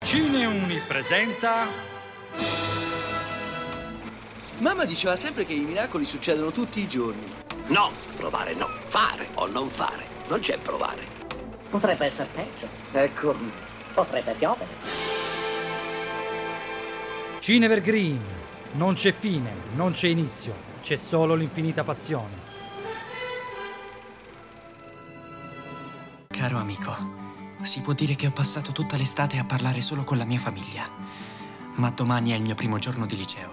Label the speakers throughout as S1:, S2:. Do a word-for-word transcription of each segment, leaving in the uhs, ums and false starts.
S1: Cineuni presenta...
S2: Mamma diceva sempre che i miracoli succedono tutti i giorni.
S3: No, provare no. Fare o non fare. Non c'è provare.
S4: Potrebbe essere peggio.
S2: Ecco.
S4: Potrebbe piovere.
S1: Cinevergreen. Non c'è fine, non c'è inizio. C'è solo l'infinita passione.
S5: Caro amico, si può dire che ho passato tutta l'estate a parlare solo con la mia famiglia. Ma domani è il mio primo giorno di liceo.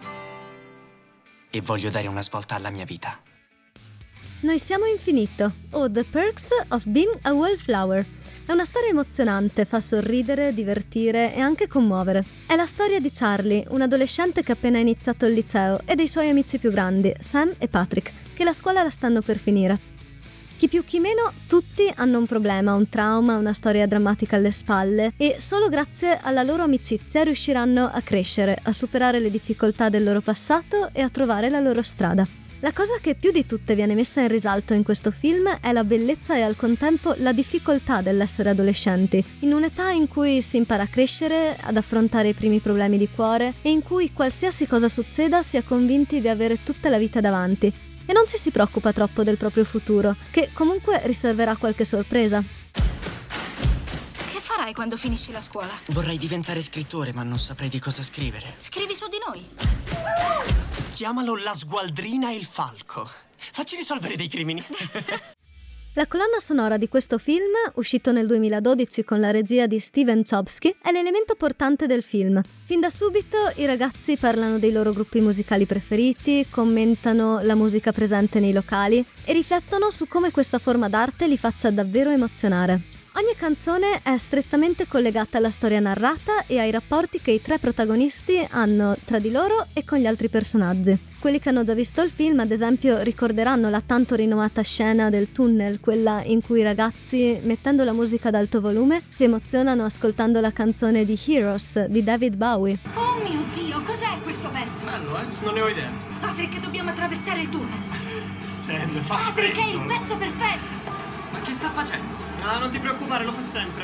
S5: E voglio dare una svolta alla mia vita.
S6: Noi siamo Infinito, o The Perks of Being a Wallflower. È una storia emozionante, fa sorridere, divertire e anche commuovere. È la storia di Charlie, un adolescente che ha appena iniziato il liceo, e dei suoi amici più grandi, Sam e Patrick, che la scuola la stanno per finire. Chi più chi meno, tutti hanno un problema, un trauma, una storia drammatica alle spalle e solo grazie alla loro amicizia riusciranno a crescere, a superare le difficoltà del loro passato e a trovare la loro strada. La cosa che più di tutte viene messa in risalto in questo film è la bellezza e al contempo la difficoltà dell'essere adolescenti, in un'età in cui si impara a crescere, ad affrontare i primi problemi di cuore e in cui qualsiasi cosa succeda si è convinti di avere tutta la vita davanti e non ci si preoccupa troppo del proprio futuro, che comunque riserverà qualche sorpresa.
S7: Che farai quando finisci la scuola?
S5: Vorrei diventare scrittore, ma non saprei di cosa scrivere.
S7: Scrivi su di noi.
S5: Chiamalo La Sgualdrina e il Falco. Facci risolvere dei crimini.
S6: La colonna sonora di questo film, uscito nel duemiladodici con la regia di Steven Chbosky, è l'elemento portante del film. Fin da subito i ragazzi parlano dei loro gruppi musicali preferiti, commentano la musica presente nei locali e riflettono su come questa forma d'arte li faccia davvero emozionare. Ogni canzone è strettamente collegata alla storia narrata e ai rapporti che i tre protagonisti hanno tra di loro e con gli altri personaggi. Quelli che hanno già visto il film, ad esempio, ricorderanno la tanto rinomata scena del tunnel, quella in cui i ragazzi, mettendo la musica ad alto volume, si emozionano ascoltando la canzone di Heroes di David Bowie.
S7: Oh mio Dio, cos'è questo pezzo?
S8: Bello, eh? Non ne ho idea.
S7: Patrick, dobbiamo attraversare il tunnel.
S8: Sam, fa
S7: Patrick,
S8: freddo.
S7: è il pezzo perfetto.
S8: Ma che sta facendo? Ah, non ti preoccupare, lo fa sempre.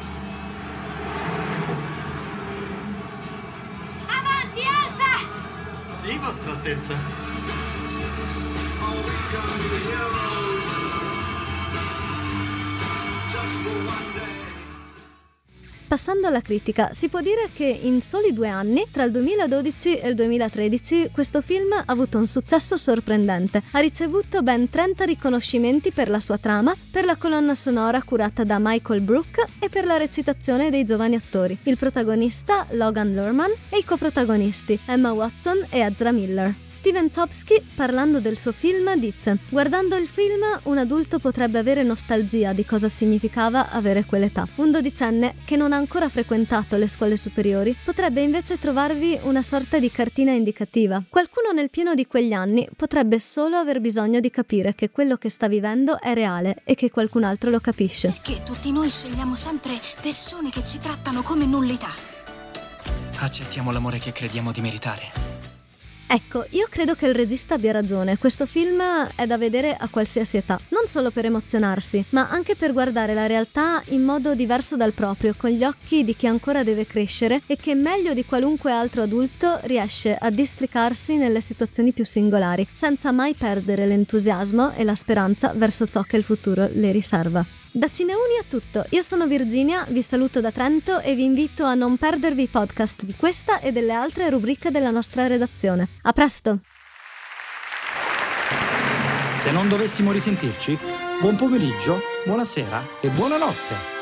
S7: Avanti, alza!
S8: Sì, vostra altezza.
S6: Passando alla critica, si può dire che in soli due anni, tra il duemiladodici e il duemilatredici, questo film ha avuto un successo sorprendente. Ha ricevuto ben trenta riconoscimenti per la sua trama, per la colonna sonora curata da Michael Brook e per la recitazione dei giovani attori, il protagonista Logan Lerman e i coprotagonisti Emma Watson e Ezra Miller. Steven Chbosky, parlando del suo film, dice: guardando il film, un adulto potrebbe avere nostalgia di cosa significava avere quell'età. Un dodicenne che non ha ancora frequentato le scuole superiori potrebbe invece trovarvi una sorta di cartina indicativa. Qualcuno nel pieno di quegli anni potrebbe solo aver bisogno di capire che quello che sta vivendo è reale e che qualcun altro lo capisce.
S7: Perché tutti noi scegliamo sempre persone che ci trattano come nullità?
S5: Accettiamo l'amore che crediamo di meritare.
S6: Ecco, io credo che il regista abbia ragione. Questo film è da vedere a qualsiasi età, non solo per emozionarsi, ma anche per guardare la realtà in modo diverso dal proprio, con gli occhi di chi ancora deve crescere e che meglio di qualunque altro adulto riesce a districarsi nelle situazioni più singolari, senza mai perdere l'entusiasmo e la speranza verso ciò che il futuro le riserva. Da Cineuni è tutto, io sono Virginia, vi saluto da Trento e vi invito a non perdervi i podcast di questa e delle altre rubriche della nostra redazione. A presto!
S1: Se non dovessimo risentirci, buon pomeriggio, buonasera e buonanotte!